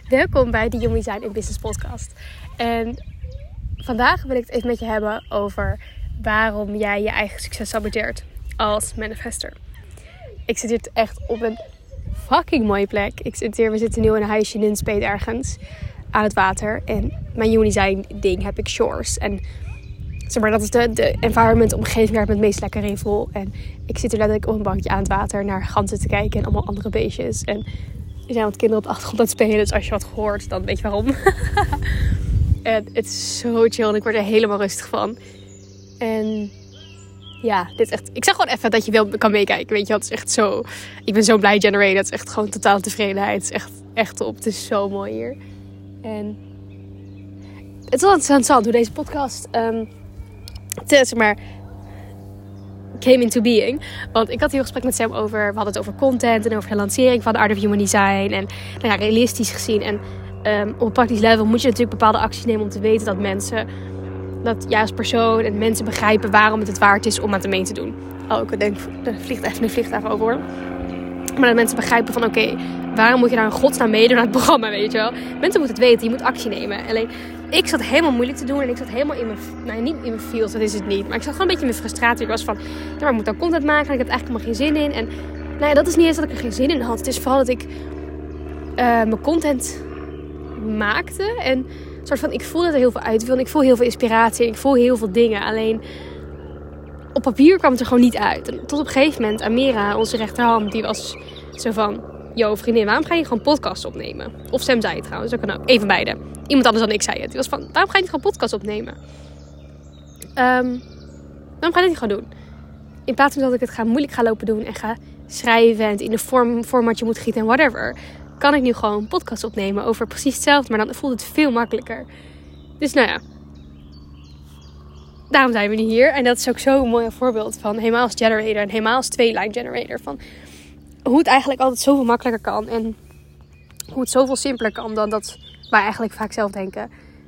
Welkom bij de Human Design in Business podcast. En vandaag wil ik het even met je hebben over waarom jij je eigen succes saboteert als manifester. Ik zit hier echt op een fucking mooie plek. We zitten nu in een huisje in Nunspeet ergens aan het water. En mijn Human Design ding heb ik shores. En zeg maar, dat is de environment, omgeving waar ik me het meest lekker in voel. En ik zit er letterlijk op een bankje aan het water naar ganzen te kijken en allemaal andere beestjes. En er zijn wat kinderen op de achtergrond aan het spelen. Dus als je wat hoort, dan weet je waarom. En het is zo chill. En ik word er helemaal rustig van. En ja, dit is echt... Ik zeg gewoon even dat je wel kan meekijken. Weet je, het is echt zo... Ik ben zo blij generated. Het is echt gewoon totale tevredenheid. Het is echt top. Het is zo mooi hier. En het is wel interessant hoe deze podcast... zeg maar... came into being. Want ik had hier een gesprek met Sam over... We hadden het over content en over de lancering van de Art of Human Design. En realistisch gezien. En op een praktisch level moet je natuurlijk bepaalde acties nemen om te weten dat mensen... Dat jij als persoon en mensen begrijpen waarom het waard is om aan te mee te doen. Oh, ik denk, er vliegt even een vliegtuig over hoor. Maar dat mensen begrijpen van oké, waarom moet je nou in godsnaam meedoen aan het programma, weet je wel. Mensen moeten het weten, je moet actie nemen. Alleen, ik zat helemaal moeilijk te doen en ik zat helemaal in mijn... Nou, niet in mijn feels, dat is het niet. Maar ik zat gewoon een beetje in mijn frustratie. Ik was van, ja, maar ik moet dan content maken en ik heb er eigenlijk helemaal geen zin in. En nou ja, dat is niet eens dat ik er geen zin in had. Het is vooral dat ik mijn content maakte en... soort van, ik voel dat er heel veel uit wil. En ik voel heel veel inspiratie. En ik voel heel veel dingen. Alleen op papier kwam het er gewoon niet uit. En tot op een gegeven moment, Amira, onze rechterhand, die was zo van... Yo, vriendin, waarom ga je gewoon podcast opnemen? Of Sam zei het trouwens. Dat kan ook. Even beide. Iemand anders dan ik zei het. Die was van, waarom ga je niet gewoon podcast opnemen? Waarom ga je dat niet gewoon doen? In plaats van dat ik het moeilijk ga lopen doen. En ga schrijven. En het in een formatje moet gieten en whatever... kan ik nu gewoon een podcast opnemen over precies hetzelfde. Maar dan voelt het veel makkelijker. Dus nou ja. Daarom zijn we nu hier. En dat is ook zo'n mooi voorbeeld van helemaal als generator. En helemaal als twee-line generator. Van hoe het eigenlijk altijd zoveel makkelijker kan. En hoe het zoveel simpeler kan dan dat wij eigenlijk vaak zelf denken.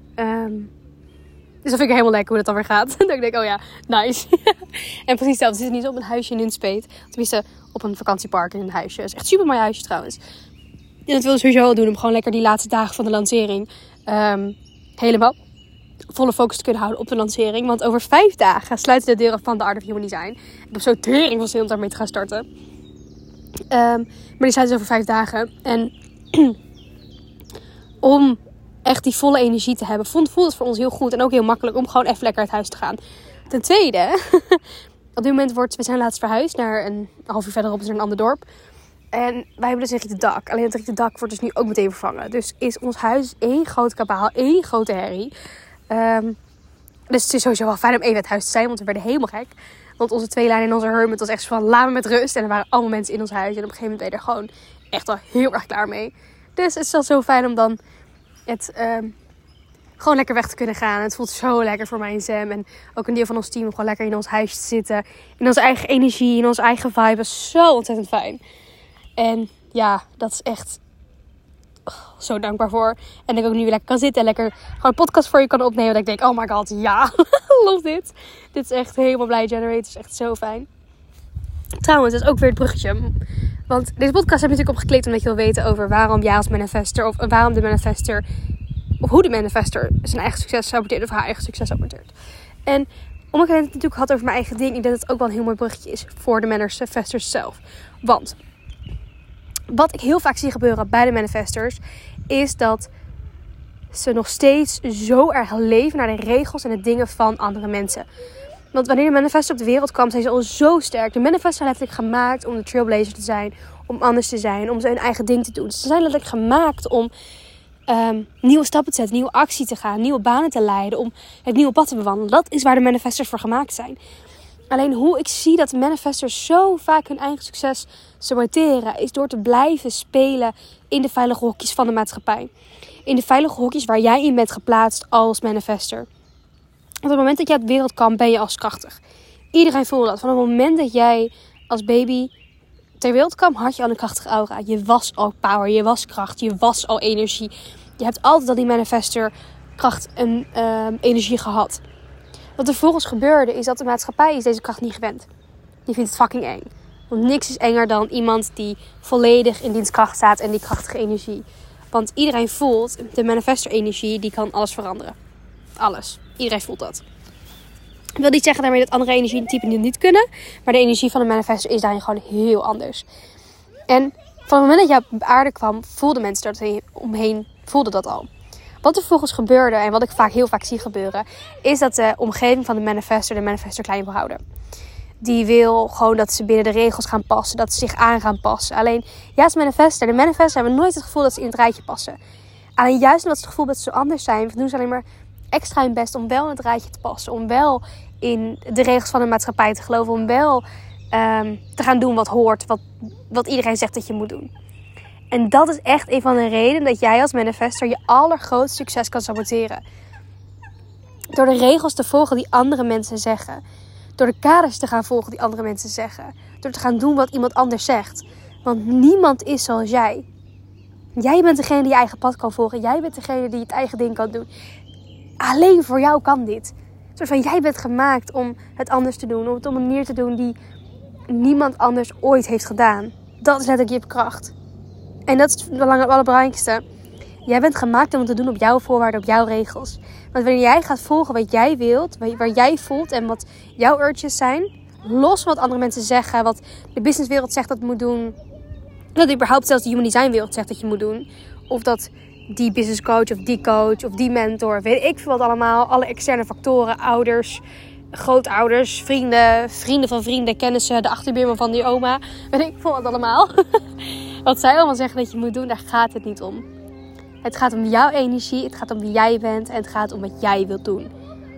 Dus dat vind ik helemaal lekker hoe dat dan weer gaat. Dat ik denk, oh ja, nice. En precies hetzelfde. We zitten niet op een huisje in Nunspeet. Tenminste, op een vakantiepark in een huisje. Het is echt een super mooi huisje trouwens. En dat wil ik sowieso wel doen. Om gewoon lekker die laatste dagen van de lancering. Helemaal volle focus te kunnen houden op de lancering. Want over 5 dagen sluiten de deuren van de Art of Human Design. Ik heb zo tering veel zin om daarmee te gaan starten. Maar die sluiten over 5 dagen. En om echt die volle energie te hebben. Voelt het voor ons heel goed. En ook heel makkelijk om gewoon even lekker uit huis te gaan. Ten tweede. Op dit moment we zijn laatst verhuisd. Naar een half uur verderop is er een ander dorp. En wij hebben dus een rieten dak. Alleen het rieten dak wordt dus nu ook meteen vervangen. Dus is ons huis één groot kabaal, één grote herrie. Dus het is sowieso wel fijn om even uit huis te zijn. Want we werden helemaal gek. Want onze tweelijn en onze hermit was echt zo van, laat me met rust. En er waren allemaal mensen in ons huis. En op een gegeven moment ben je er gewoon echt wel heel erg klaar mee. Dus het is wel zo fijn om dan het gewoon lekker weg te kunnen gaan. Het voelt zo lekker voor mij en Sam. En ook een deel van ons team om gewoon lekker in ons huisje te zitten. In onze eigen energie, in onze eigen vibe. Dat is zo ontzettend fijn. En ja, dat is echt zo dankbaar voor. En dat ik ook nu weer lekker kan zitten en lekker gewoon een podcast voor je kan opnemen. Dat ik denk, oh my god, ja, love dit. Dit is echt helemaal blij generator. Het is echt zo fijn. Trouwens, dat is ook weer het bruggetje. Want deze podcast heb je natuurlijk opgeklikt omdat je wil weten over waarom jij als manifester, of waarom de manifester, of hoe de manifester zijn eigen succes saboteert of haar eigen succes saboteert. En omdat ik het natuurlijk had over mijn eigen ding, ik denk dat het ook wel een heel mooi bruggetje is voor de manifestors zelf. Want wat ik heel vaak zie gebeuren bij de manifestors is dat ze nog steeds zo erg leven naar de regels en de dingen van andere mensen. Want wanneer de manifestor op de wereld kwam, zijn ze al zo sterk. De manifestors zijn letterlijk gemaakt om de trailblazer te zijn, om anders te zijn, om hun eigen ding te doen. Ze zijn letterlijk gemaakt om nieuwe stappen te zetten, nieuwe actie te gaan, nieuwe banen te leiden, om het nieuwe pad te bewandelen. Dat is waar de manifestors voor gemaakt zijn. Alleen hoe ik zie dat de manifestors zo vaak hun eigen succes saboteren, is door te blijven spelen in de veilige hokjes van de maatschappij. In de veilige hokjes waar jij in bent geplaatst als manifester. Want op het moment dat jij op de wereld kan, ben je als krachtig. Iedereen voelt dat. Van het moment dat jij als baby ter wereld kwam, had je al een krachtige aura. Je was al power, je was kracht, je was al energie. Je hebt altijd al die manifester kracht en energie gehad. Wat er vervolgens gebeurde is dat de maatschappij is deze kracht niet gewend. Die vindt het fucking eng. Want niks is enger dan iemand die volledig in dienstkracht staat en die krachtige energie Want iedereen voelt, de manifestor-energie, die kan alles veranderen. Alles. Iedereen voelt dat. Ik wil niet zeggen daarmee dat andere energietypen dit niet kunnen. Maar de energie van de manifestor is daarin gewoon heel anders. En van het moment dat jij op aarde kwam, voelden mensen dat omheen, voelden dat al. Wat er vervolgens gebeurde, en wat ik heel vaak zie gebeuren, is dat de omgeving van de manifestor klein wil houden. Die wil gewoon dat ze binnen de regels gaan passen, dat ze zich aan gaan passen. Alleen, juist de manifestor hebben nooit het gevoel dat ze in het rijtje passen. Alleen juist omdat ze het gevoel dat ze zo anders zijn, doen ze alleen maar extra hun best om wel in het rijtje te passen. Om wel in de regels van de maatschappij te geloven. Om wel te gaan doen wat hoort, wat iedereen zegt dat je moet doen. En dat is echt een van de redenen dat jij als manifestor je allergrootste succes kan saboteren. Door de regels te volgen die andere mensen zeggen. Door de kaders te gaan volgen die andere mensen zeggen. Door te gaan doen wat iemand anders zegt. Want niemand is zoals jij. Jij bent degene die je eigen pad kan volgen. Jij bent degene die het eigen ding kan doen. Alleen voor jou kan dit. Soort van, jij bent gemaakt om het anders te doen. Om het op een manier te doen die niemand anders ooit heeft gedaan. Dat is letterlijk je kracht. En dat is het allerbelangrijkste. Jij bent gemaakt om het te doen op jouw voorwaarden, op jouw regels. Want wanneer jij gaat volgen wat jij wilt, waar jij voelt en wat jouw urges zijn, los van wat andere mensen zeggen, wat de businesswereld zegt dat je moet doen, dat überhaupt zelfs de human design wereld zegt dat je moet doen, of dat die business coach of die mentor, weet ik veel wat allemaal, alle externe factoren, ouders, grootouders, vrienden van vrienden, kennissen, de achterbuurman van die oma, weet ik veel wat allemaal. Wat zij allemaal zeggen dat je moet doen, daar gaat het niet om. Het gaat om jouw energie, het gaat om wie jij bent en het gaat om wat jij wilt doen.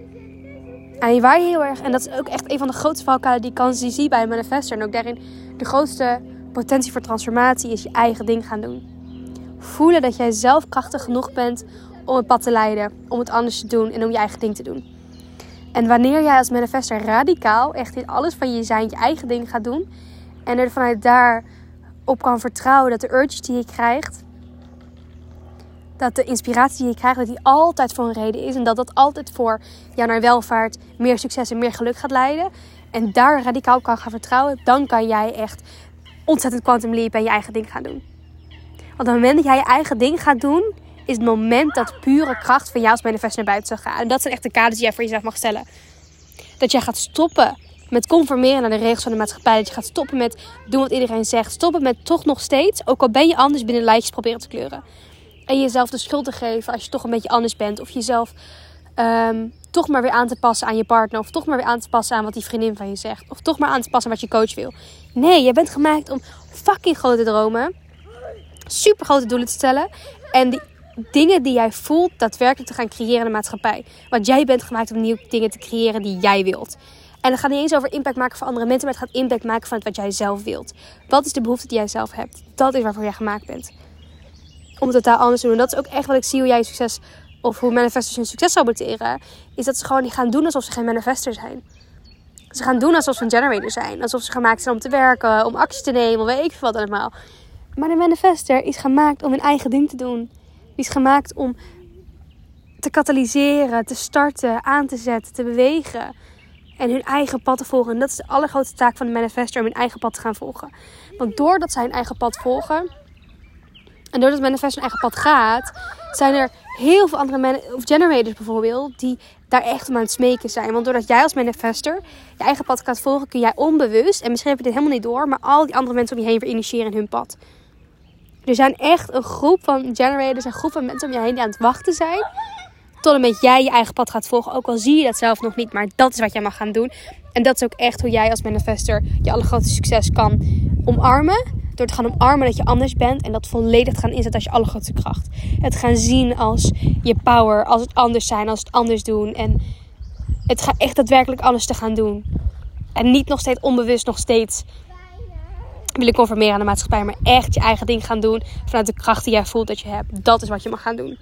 En waar je heel erg, en dat is ook echt een van de grootste valkuilen die ik kan zien bij een manifestor. En ook daarin de grootste potentie voor transformatie is je eigen ding gaan doen. Voelen dat jij zelf krachtig genoeg bent om het pad te leiden, om het anders te doen en om je eigen ding te doen. En wanneer jij als manifestor radicaal echt in alles van je zijn je eigen ding gaat doen en er vanuit daar op kan vertrouwen dat de urges die je krijgt, dat de inspiratie die je krijgt, dat die altijd voor een reden is. En dat dat altijd voor jou naar welvaart, meer succes en meer geluk gaat leiden. En daar radicaal op kan gaan vertrouwen. Dan kan jij echt ontzettend quantum leap en je eigen ding gaan doen. Want op het moment dat jij je eigen ding gaat doen, is het moment dat pure kracht van jou als manifestor naar buiten zal gaan. En dat zijn echt de kaders die jij voor jezelf mag stellen. Dat jij gaat stoppen met conformeren naar de regels van de maatschappij. Dat je gaat stoppen met doen wat iedereen zegt. Stoppen met toch nog steeds, ook al ben je anders, binnen lijntjes proberen te kleuren. En jezelf de schuld te geven als je toch een beetje anders bent. Of jezelf toch maar weer aan te passen aan je partner. Of toch maar weer aan te passen aan wat die vriendin van je zegt. Of toch maar aan te passen aan wat je coach wil. Nee, je bent gemaakt om fucking grote dromen. Super grote doelen te stellen. En die dingen die jij voelt daadwerkelijk te gaan creëren in de maatschappij. Want jij bent gemaakt om nieuwe dingen te creëren die jij wilt. En het gaat niet eens over impact maken voor andere mensen. Maar het gaat impact maken van wat jij zelf wilt. Wat is de behoefte die jij zelf hebt? Dat is waarvoor jij gemaakt bent. Om het totaal anders te doen. En dat is ook echt wat ik zie hoe jij succes, of hoe manifestors hun succes saboteren. Is dat ze gewoon gaan doen alsof ze geen manifestor zijn. Ze gaan doen alsof ze een generator zijn. Alsof ze gemaakt zijn om te werken, om actie te nemen, weet ik veel wat allemaal. Maar de manifestor is gemaakt om hun eigen ding te doen. Die is gemaakt om te katalyseren, te starten, aan te zetten, te bewegen. En hun eigen pad te volgen. En dat is de allergrootste taak van de manifestor, om hun eigen pad te gaan volgen. Want doordat zij hun eigen pad volgen, en doordat manifestor hun eigen pad gaat, zijn er heel veel andere generators bijvoorbeeld, die daar echt om aan het smeken zijn. Want doordat jij als manifestor je eigen pad gaat volgen, kun jij onbewust, en misschien heb je dit helemaal niet door, maar al die andere mensen om je heen weer initiëren in hun pad. Er zijn echt een groep van generators, een groep van mensen om je heen die aan het wachten zijn, tot en met jij je eigen pad gaat volgen. Ook al zie je dat zelf nog niet, maar dat is wat jij mag gaan doen. En dat is ook echt hoe jij als manifestor je allergrootste succes kan omarmen. Door te gaan omarmen dat je anders bent. En dat volledig te gaan inzetten als je allergrootste kracht. Het gaan zien als je power. Als het anders zijn. Als het anders doen. En het gaat echt daadwerkelijk anders te gaan doen. En niet nog steeds onbewust nog steeds willen conformeren aan de maatschappij. Maar echt je eigen ding gaan doen. Vanuit de kracht die jij voelt dat je hebt. Dat is wat je mag gaan doen.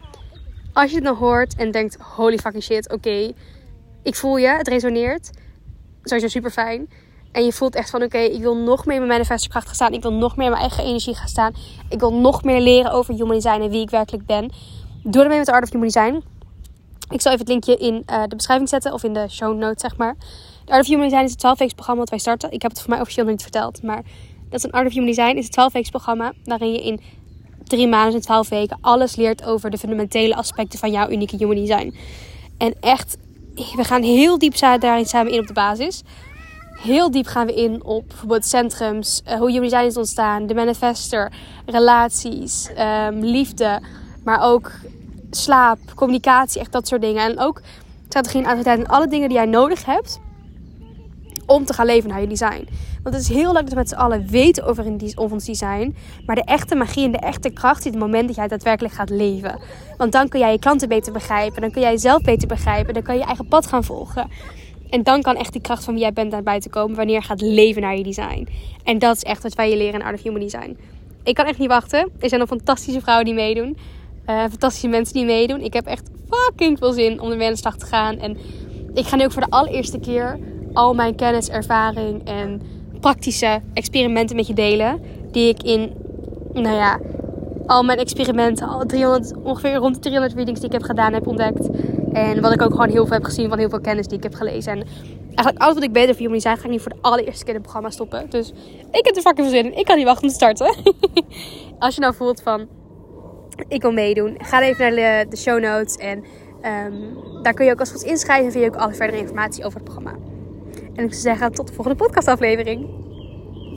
Als je het dan hoort en denkt, holy fucking shit. Oké, ik voel je. Het resoneert. Sowieso super fijn. En je voelt echt van oké, ik wil nog meer in mijn manifestorkracht gaan staan. Ik wil nog meer in mijn eigen energie gaan staan. Ik wil nog meer leren over human design en wie ik werkelijk ben. Doe ermee met de Art of Human Design. Ik zal even het linkje in de beschrijving zetten. Of in de show notes, zeg maar. De Art of Human Design is het 12-weeks programma wat wij starten. Ik heb het voor mij officieel nog niet verteld. Maar dat is een Art of Human Design. Is het 12-weeks programma waarin je in 3 maanden en 12 weken alles leert over de fundamentele aspecten van jouw unieke human design. En echt, we gaan heel diep daarin samen in op de basis. Heel diep gaan we in op bijvoorbeeld centrums, hoe human design is ontstaan, de manifester, relaties, liefde, maar ook slaap, communicatie, echt dat soort dingen. En ook strategie en autoriteit en alle dingen die jij nodig hebt om te gaan leven naar je design. Want het is heel leuk dat we met z'n allen weten over ons design. Maar de echte magie en de echte kracht zit op het moment dat jij het daadwerkelijk gaat leven. Want dan kun jij je klanten beter begrijpen. Dan kun jij jezelf beter begrijpen. Dan kan je je eigen pad gaan volgen. En dan kan echt die kracht van wie jij bent naar buiten komen wanneer je gaat leven naar je design. En dat is echt wat wij je leren in Art of Human Design. Ik kan echt niet wachten. Er zijn nog fantastische vrouwen die meedoen. Fantastische mensen die meedoen. Ik heb echt fucking veel zin om ermee aan de slag te gaan. En ik ga nu ook voor de allereerste keer al mijn kennis, ervaring en praktische experimenten met je delen. Die ik in, al mijn experimenten, ongeveer rond de 300 readings die ik heb gedaan, heb ontdekt. En wat ik ook gewoon heel veel heb gezien van heel veel kennis die ik heb gelezen. En eigenlijk alles wat ik beter voor Human Design ga ik nu voor de allereerste keer in het programma stoppen. Dus ik heb er fucking veel zin in. Ik kan niet wachten om te starten. Als je nou voelt van, ik wil meedoen, ga even naar de show notes. En daar kun je ook als goed inschrijven. En vind je ook alle verdere informatie over het programma. En ik zou zeggen, tot de volgende podcastaflevering.